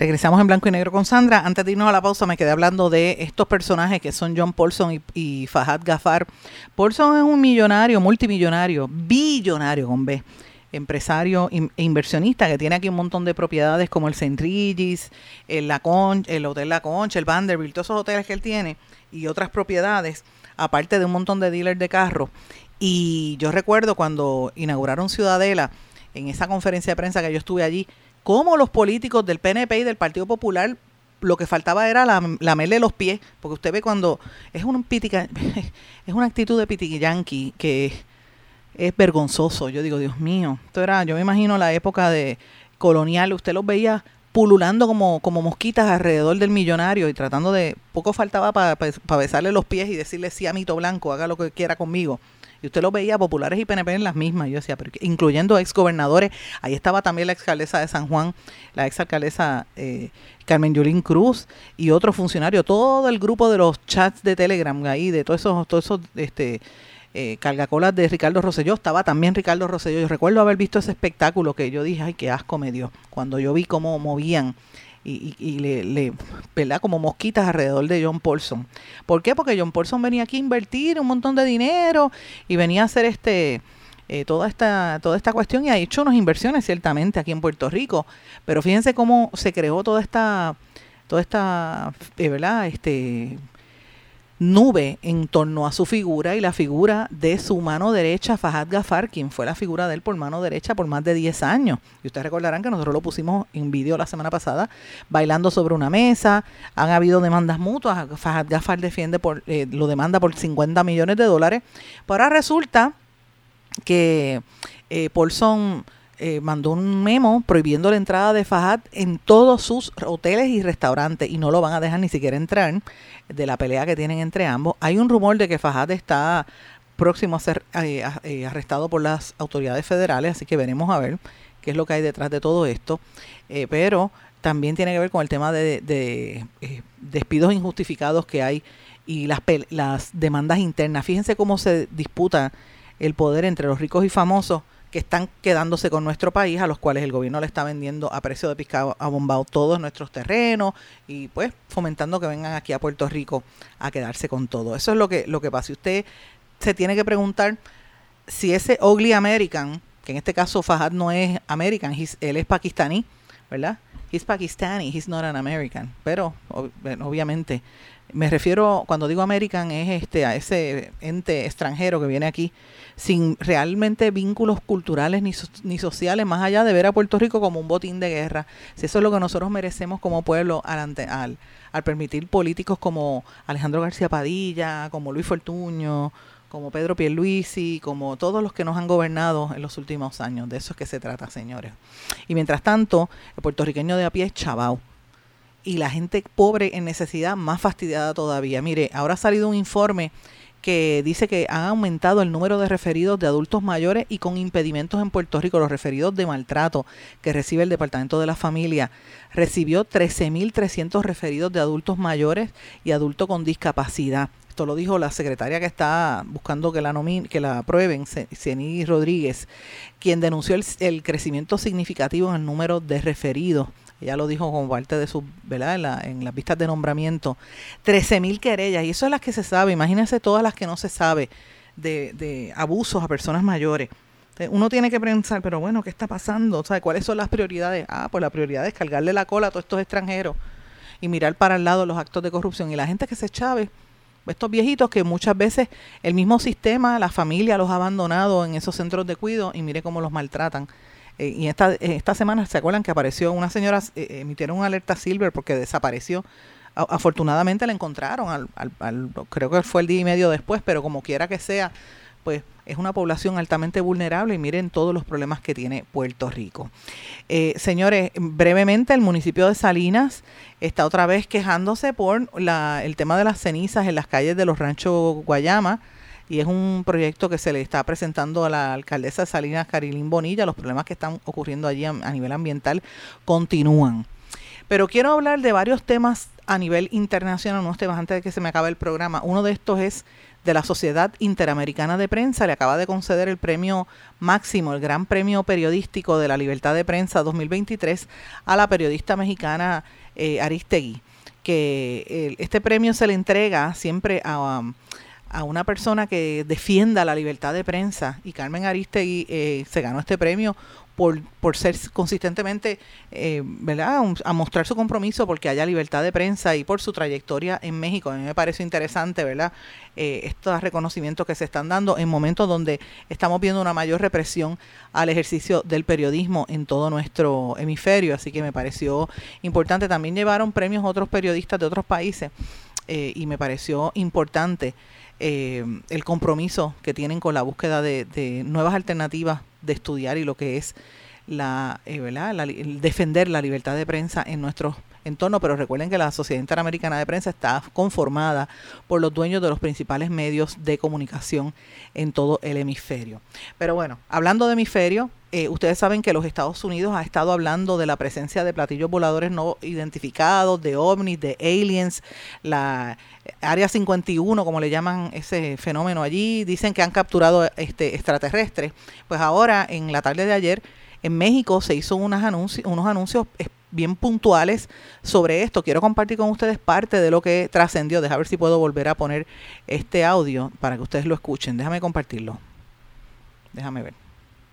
Regresamos en blanco y negro con Sandra. Antes de irnos a la pausa me quedé hablando de estos personajes que son John Paulson y Fahad Ghaffar. Paulson es un millonario, multimillonario, billonario con B, empresario e inversionista que tiene aquí un montón de propiedades como el St. Regis, el Hotel La Concha, el Vanderbilt, todos esos hoteles que él tiene y otras propiedades, aparte de un montón de dealers de carros. Y yo recuerdo cuando inauguraron Ciudadela, en esa conferencia de prensa que yo estuve allí, cómo los políticos del PNP y del Partido Popular lo que faltaba era lamerle los pies, porque usted ve cuando es una actitud de pitiquillanqui que es vergonzoso. Yo digo, Dios mío, yo me imagino la época de colonial, usted los veía pululando como mosquitas alrededor del millonario y tratando de, poco faltaba para besarle los pies y decirle sí a Mito Blanco, haga lo que quiera conmigo. Y usted lo veía populares y PNP en las mismas. Yo decía, pero incluyendo exgobernadores. Ahí estaba también la exalcaldesa de San Juan, la exalcaldesa Carmen Yulín Cruz y otros funcionarios. Todo el grupo de los chats de Telegram ahí, de todos esos cargacolas de Ricardo Rosselló. Estaba también Ricardo Rosselló. Yo recuerdo haber visto ese espectáculo que yo dije, ay, qué asco me dio. Cuando yo vi cómo movían y le ¿verdad? Como mosquitas alrededor de John Paulson. ¿Por qué? Porque John Paulson venía aquí a invertir un montón de dinero y venía a hacer toda esta cuestión y ha hecho unas inversiones ciertamente aquí en Puerto Rico. Pero fíjense cómo se creó toda esta ¿verdad? Nube en torno a su figura y la figura de su mano derecha, Fahad Ghaffar, quien fue la figura de él por mano derecha por más de 10 años. Y ustedes recordarán que nosotros lo pusimos en video la semana pasada, bailando sobre una mesa. Han habido demandas mutuas. Fahad Ghaffar lo demanda por $50 millones. Pero ahora resulta que Paulson mandó un memo prohibiendo la entrada de Fahad en todos sus hoteles y restaurantes y no lo van a dejar ni siquiera entrar, de la pelea que tienen entre ambos. Hay un rumor de que Fahad está próximo a ser arrestado por las autoridades federales, así que veremos a ver qué es lo que hay detrás de todo esto. Pero también tiene que ver con el tema de despidos injustificados que hay y las demandas internas. Fíjense cómo se disputa el poder entre los ricos y famosos que están quedándose con nuestro país, a los cuales el gobierno le está vendiendo a precio de pescado abombado todos nuestros terrenos y pues fomentando que vengan aquí a Puerto Rico a quedarse con todo. Eso es lo que pasa. Y usted se tiene que preguntar si ese ugly American, que en este caso Fahad no es American, él es pakistaní, ¿verdad? He's Pakistani, he's not an American. Pero obviamente me refiero, cuando digo American, es a ese ente extranjero que viene aquí sin realmente vínculos culturales ni sociales, más allá de ver a Puerto Rico como un botín de guerra. Si eso es lo que nosotros merecemos como pueblo al permitir políticos como Alejandro García Padilla, como Luis Fortuño, como Pedro Pierluisi, como todos los que nos han gobernado en los últimos años. De eso es que se trata, señores. Y mientras tanto, el puertorriqueño de a pie es chavao. Y la gente pobre en necesidad más fastidiada todavía. Mire, ahora ha salido un informe que dice que han aumentado el número de referidos de adultos mayores y con impedimentos en Puerto Rico. Los referidos de maltrato que recibe el Departamento de la Familia recibió 13.300 referidos de adultos mayores y adultos con discapacidad. Esto lo dijo la secretaria que está buscando que la aprueben, Ceni Rodríguez, quien denunció el crecimiento significativo en el número de referidos. Ella lo dijo como parte de su, ¿verdad? En las vistas de nombramiento. 13.000 querellas, y eso es las que se sabe. Imagínense todas las que no se sabe de abusos a personas mayores. Entonces, uno tiene que pensar, pero bueno, ¿qué está pasando? ¿Sabe cuáles son las prioridades? Pues la prioridad es cargarle la cola a todos estos extranjeros y mirar para el lado los actos de corrupción. Y la gente que se chave, estos viejitos que muchas veces el mismo sistema, la familia los ha abandonado en esos centros de cuidado y mire cómo los maltratan. Y esta semana, ¿se acuerdan que apareció una señora, emitieron una alerta Silver porque desapareció? Afortunadamente la encontraron, creo que fue el día y medio después, pero como quiera que sea, pues es una población altamente vulnerable y miren todos los problemas que tiene Puerto Rico. Señores, brevemente, el municipio de Salinas está otra vez quejándose por el tema de las cenizas en las calles de los ranchos Guayama. Y es un proyecto que se le está presentando a la alcaldesa de Salinas, Carilín Bonilla. Los problemas que están ocurriendo allí a nivel ambiental continúan. Pero quiero hablar de varios temas a nivel internacional, unos temas antes de que se me acabe el programa. Uno de estos es de la Sociedad Interamericana de Prensa. Le acaba de conceder el premio máximo, el Gran Premio Periodístico de la Libertad de Prensa 2023 a la periodista mexicana Aristegui, que este premio se le entrega siempre a una persona que defienda la libertad de prensa, y Carmen Aristegui se ganó este premio por ser consistentemente, ¿verdad?, a mostrar su compromiso porque haya libertad de prensa y por su trayectoria en México. A mí me parece interesante, ¿verdad?, estos reconocimientos que se están dando en momentos donde estamos viendo una mayor represión al ejercicio del periodismo en todo nuestro hemisferio, así que me pareció importante. También llevaron premios otros periodistas de otros países y me pareció importante el compromiso que tienen con la búsqueda de nuevas alternativas de estudiar y lo que es el defender la libertad de prensa en nuestros entornos. Pero recuerden que la Sociedad Interamericana de Prensa está conformada por los dueños de los principales medios de comunicación en todo el hemisferio. Pero bueno, hablando de hemisferio, ustedes saben que los Estados Unidos ha estado hablando de la presencia de platillos voladores no identificados, de ovnis, de aliens, la Área 51, como le llaman ese fenómeno allí. Dicen que han capturado extraterrestres. Pues ahora, en la tarde de ayer, en México se hizo unos anuncios bien puntuales sobre esto. Quiero compartir con ustedes parte de lo que trascendió. Déjame ver si puedo volver a poner este audio para que ustedes lo escuchen. Déjame compartirlo. Déjame ver.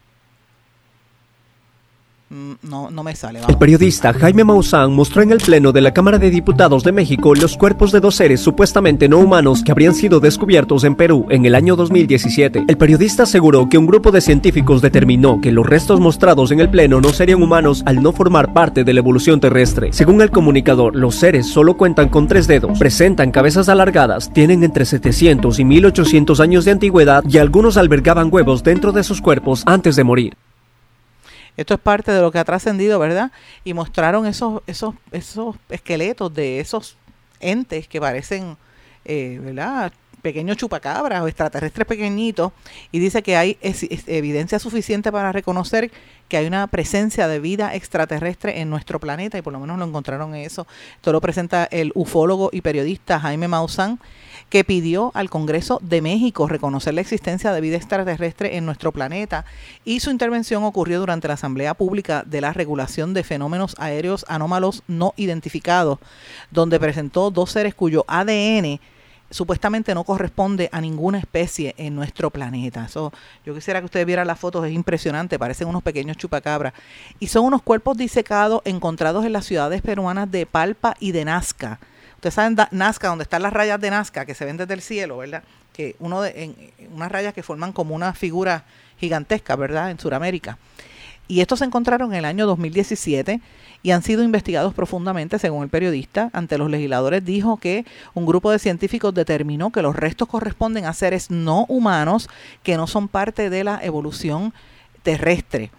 No me sale. Vamos. El periodista Jaime Maussan mostró en el Pleno de la Cámara de Diputados de México los cuerpos de dos seres supuestamente no humanos que habrían sido descubiertos en Perú en el año 2017. El periodista aseguró que un grupo de científicos determinó que los restos mostrados en el Pleno no serían humanos al no formar parte de la evolución terrestre. Según el comunicador, los seres solo cuentan con 3 dedos, presentan cabezas alargadas, tienen entre 700 y 1800 años de antigüedad y algunos albergaban huevos dentro de sus cuerpos antes de morir. Esto es parte de lo que ha trascendido, ¿verdad? Y mostraron esos esqueletos de esos entes que parecen, ¿verdad?, pequeños chupacabras o extraterrestres pequeñitos, y dice que hay evidencia suficiente para reconocer que hay una presencia de vida extraterrestre en nuestro planeta, y por lo menos lo encontraron en eso. Esto lo presenta el ufólogo y periodista Jaime Maussan, que pidió al Congreso de México reconocer la existencia de vida extraterrestre en nuestro planeta, y su intervención ocurrió durante la Asamblea Pública de la Regulación de Fenómenos Aéreos Anómalos No Identificados, donde presentó 2 seres cuyo ADN supuestamente no corresponde a ninguna especie en nuestro planeta. Eso, yo quisiera que ustedes vieran las fotos, es impresionante, parecen unos pequeños chupacabras. Y son unos cuerpos disecados encontrados en las ciudades peruanas de Palpa y de Nazca. Ustedes saben Nazca, donde están las rayas de Nazca que se ven desde el cielo, ¿verdad? Que unas rayas que forman como una figura gigantesca, ¿verdad?, en Sudamérica. Y estos se encontraron en el año 2017 y han sido investigados profundamente, según el periodista. Ante los legisladores dijo que un grupo de científicos determinó que los restos corresponden a seres no humanos que no son parte de la evolución terrestre.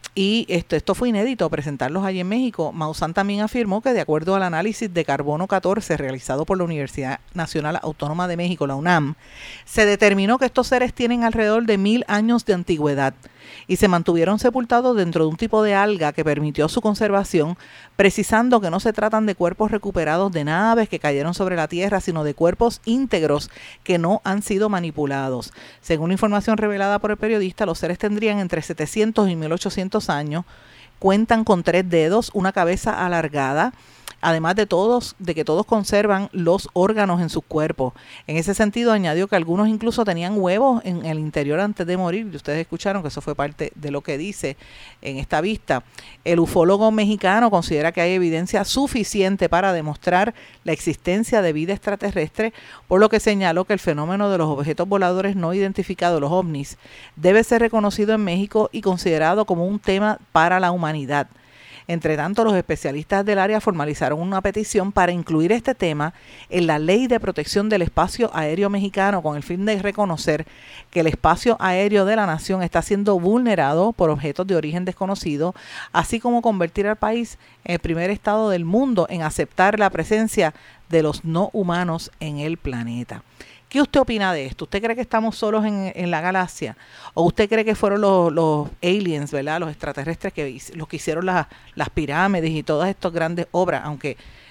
Y esto fue inédito, presentarlos allí en México. Maussan también afirmó que de acuerdo al análisis de carbono 14 realizado por la Universidad Nacional Autónoma de México, la UNAM, se determinó que estos seres tienen alrededor de 1000 años de antigüedad y se mantuvieron sepultados dentro de un tipo de alga que permitió su conservación, precisando que no se tratan de cuerpos recuperados de naves que cayeron sobre la Tierra, sino de cuerpos íntegros que no han sido manipulados. Según información revelada por el periodista, los seres tendrían entre 700 y 1800 años, cuentan con 3 dedos, una cabeza alargada, además de que todos conservan los órganos en sus cuerpos. En ese sentido, añadió que algunos incluso tenían huevos en el interior antes de morir, y ustedes escucharon que eso fue parte de lo que dice en esta vista. El ufólogo mexicano considera que hay evidencia suficiente para demostrar la existencia de vida extraterrestre, por lo que señaló que el fenómeno de los objetos voladores no identificados, los ovnis, debe ser reconocido en México y considerado como un tema para la humanidad. Entre tanto, los especialistas del área formalizaron una petición para incluir este tema en la Ley de Protección del Espacio Aéreo Mexicano, con el fin de reconocer que el espacio aéreo de la nación está siendo vulnerado por objetos de origen desconocido, así como convertir al país en el primer estado del mundo en aceptar la presencia de los no humanos en el planeta. ¿Qué usted opina de esto? ¿Usted cree que estamos solos en la galaxia? ¿O usted cree que fueron los aliens, ¿verdad?, los extraterrestres, los que hicieron las pirámides y todas estas grandes obras? Aunque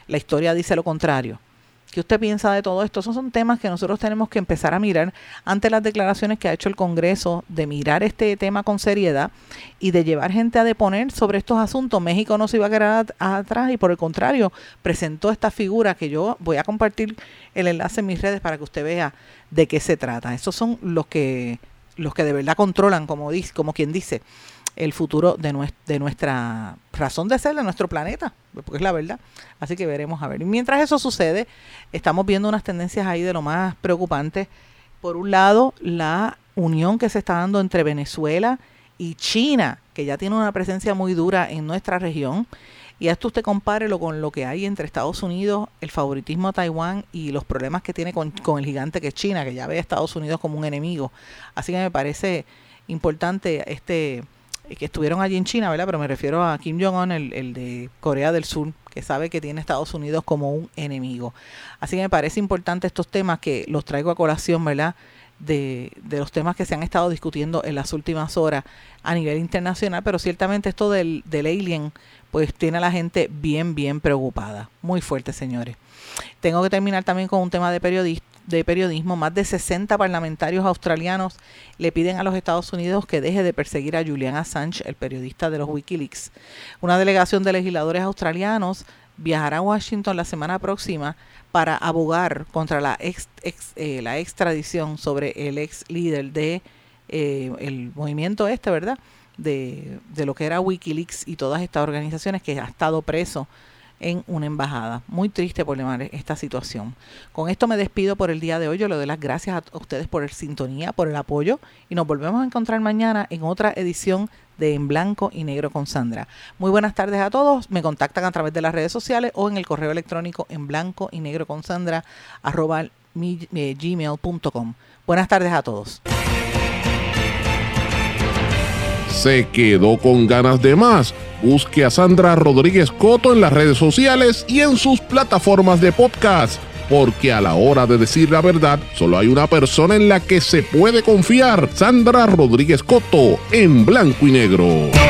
la historia dice lo contrario. ¿Qué usted piensa de todo esto? Esos son temas que nosotros tenemos que empezar a mirar ante las declaraciones que ha hecho el Congreso, de mirar este tema con seriedad y de llevar gente a deponer sobre estos asuntos. México no se iba a quedar atrás y por el contrario presentó esta figura que yo voy a compartir el enlace en mis redes para que usted vea de qué se trata. Esos son los que de verdad controlan, como quien dice, el futuro de nuestra razón de ser, de nuestro planeta, porque es la verdad. Así que veremos a ver. Y mientras eso sucede, estamos viendo unas tendencias ahí de lo más preocupantes. Por un lado, la unión que se está dando entre Venezuela y China, que ya tiene una presencia muy dura en nuestra región. Y esto usted compárelo con lo que hay entre Estados Unidos, el favoritismo a Taiwán y los problemas que tiene con el gigante que es China, que ya ve a Estados Unidos como un enemigo. Así que me parece importante que estuvieron allí en China, ¿verdad? Pero me refiero a Kim Jong-un, el de Corea del Sur, que sabe que tiene a Estados Unidos como un enemigo. Así que me parece importante estos temas que los traigo a colación, ¿verdad? De los temas que se han estado discutiendo en las últimas horas a nivel internacional, pero ciertamente esto del alien, pues tiene a la gente bien preocupada. Muy fuerte, señores. Tengo que terminar también con un tema de periodismo. Más de 60 parlamentarios australianos le piden a los Estados Unidos que deje de perseguir a Julian Assange, el periodista de los Wikileaks. Una delegación de legisladores australianos viajará a Washington la semana próxima para abogar contra la extradición sobre el ex líder de el movimiento ¿verdad? De lo que era Wikileaks y todas estas organizaciones, que ha estado preso en una embajada. Muy triste por esta situación. Con esto me despido por el día de hoy. Yo le doy las gracias a ustedes por la sintonía, por el apoyo, y nos volvemos a encontrar mañana en otra edición de En Blanco y Negro con Sandra. Muy buenas tardes a todos. Me contactan a través de las redes sociales o en el correo electrónico en blanco y negro con Sandra @gmail.com. Buenas tardes a todos. ¿Se quedó con ganas de más? Busque a Sandra Rodríguez Coto en las redes sociales y en sus plataformas de podcast, porque a la hora de decir la verdad, solo hay una persona en la que se puede confiar: Sandra Rodríguez Coto, en Blanco y Negro.